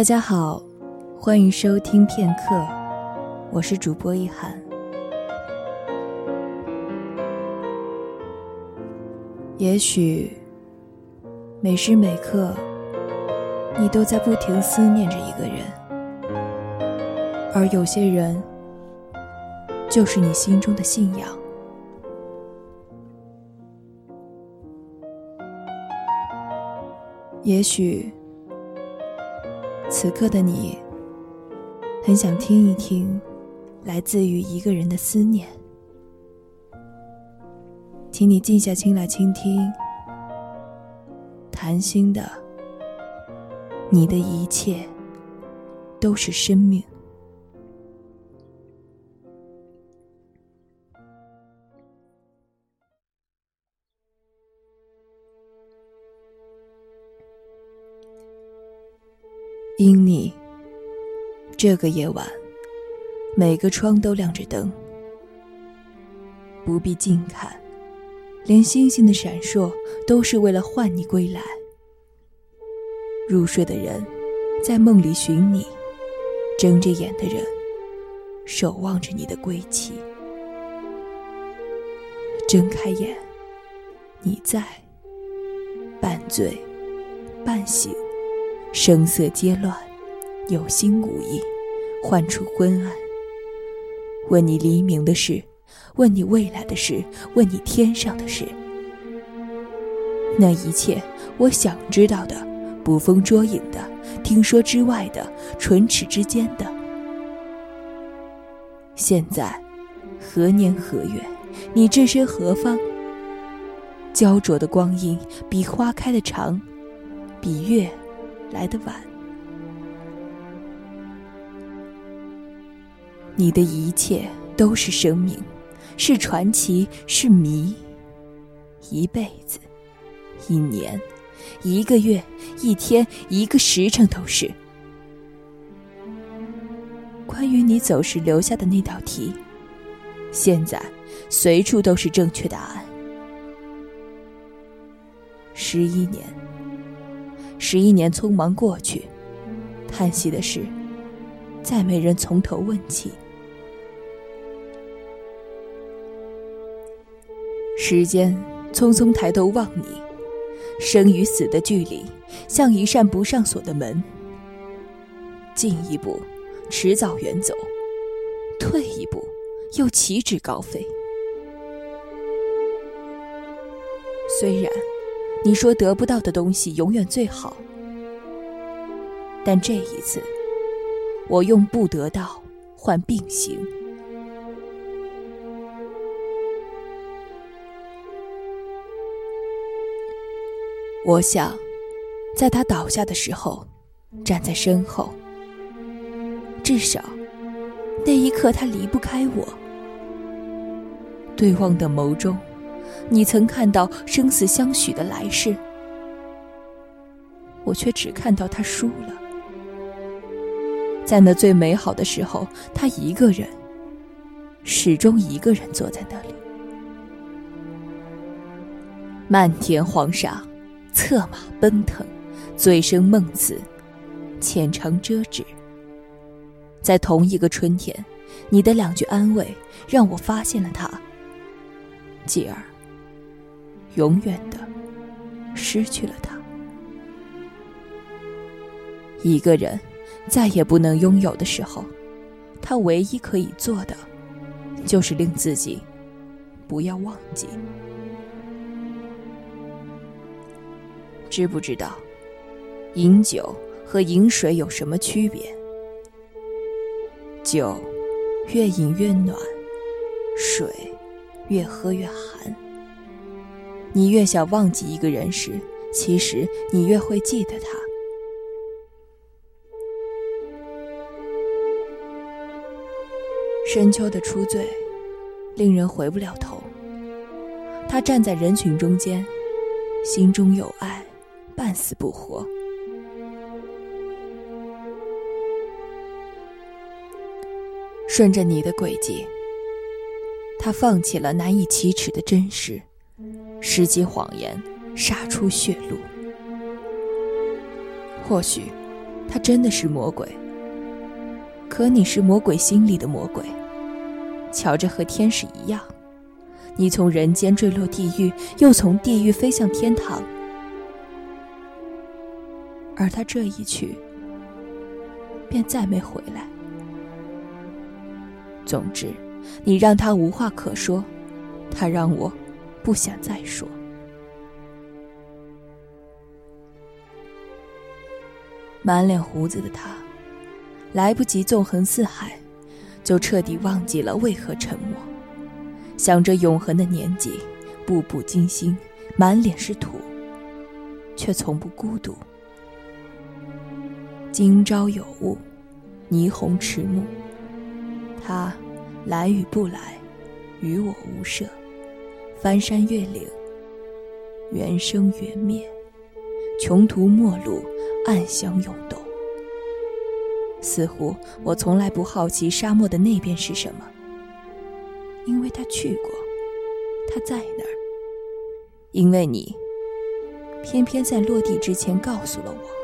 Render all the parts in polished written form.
大家好，欢迎收听片刻，我是主播一涵。也许每时每刻你都在不停思念着一个人，而有些人就是你心中的信仰。也许此刻的你很想听一听来自于一个人的思念，请你静下心来倾听，谈心的，你的一切都是生命。因你，这个夜晚，每个窗都亮着灯，不必近看，连星星的闪烁都是为了唤你归来。入睡的人在梦里寻你，睁着眼的人守望着你的归期。睁开眼，你在，半醉半醒，声色皆乱，有心无意，唤出昏暗。问你黎明的事，问你未来的事，问你天上的事。那一切我想知道的，捕风捉影的，听说之外的，唇齿之间的。现在何年何月，你置身何方？焦灼的光阴比花开的长，比月来得晚。你的一切都是生命，是传奇，是谜。一辈子，一年，一个月，一天，一个时辰都是。关于你走时留下的那道题，现在随处都是正确答案。11年匆忙过去，叹息的是再没人从头问起。时间匆匆抬头望你，生与死的距离像一扇不上锁的门，进一步迟早远走，退一步又岂止高飞。虽然你说得不到的东西永远最好，但这一次我用不得到换并行。我想在他倒下的时候站在身后，至少那一刻他离不开我。对望的眸中，你曾看到生死相许的来世，我却只看到他输了。在那最美好的时候，他一个人，始终一个人坐在那里。漫天黄沙，策马奔腾，醉生梦死，浅尝辄止。在同一个春天，你的两句安慰让我发现了他，继而永远的失去了他。一个人再也不能拥有的时候，他唯一可以做的就是令自己不要忘记。知不知道饮酒和饮水有什么区别？酒越饮越暖，水越喝越寒。你越想忘记一个人时，其实你越会记得他。深秋的初醉令人回不了头，他站在人群中间，心中有爱，半死不活。顺着你的轨迹，他放弃了难以启齿的真实，施及谎言，杀出血路。或许他真的是魔鬼，可你是魔鬼心里的魔鬼，瞧着和天使一样，你从人间坠落地狱，又从地狱飞向天堂，而他这一去便再没回来。总之，你让他无话可说，他让我不想再说。满脸胡子的他，来不及纵横四海，就彻底忘记了为何沉默，想着永恒的年纪，步步惊心，满脸是土，却从不孤独。今朝有雾，霓虹迟暮，他来与不来，与我无涉，翻山越岭，缘生缘灭，穷途末路，暗香涌动。似乎我从来不好奇沙漠的那边是什么，因为他去过，他在那儿。因为你偏偏在落地之前告诉了我。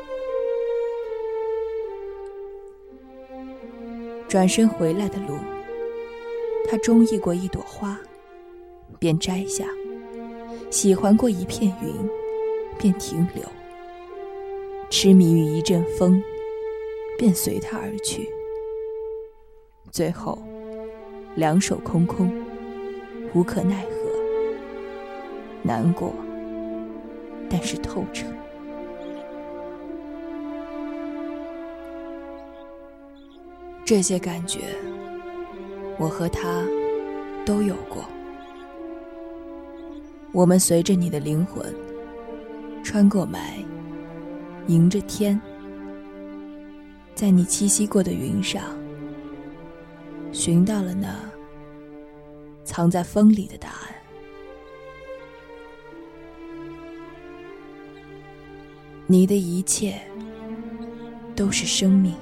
转身回来的路，他中意过一朵花，便摘下；喜欢过一片云，便停留；痴迷于一阵风，便随它而去。最后，两手空空，无可奈何，难过，但是透彻。这些感觉，我和他都有过。我们随着你的灵魂，穿过霾，迎着天，在你栖息过的云上，寻到了那藏在风里的答案。你的一切都是生命，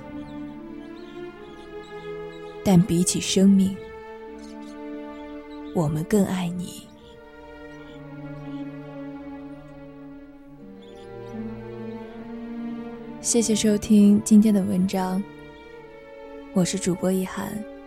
但比起生命，我们更爱你。谢谢收听今天的文章，我是主播一涵。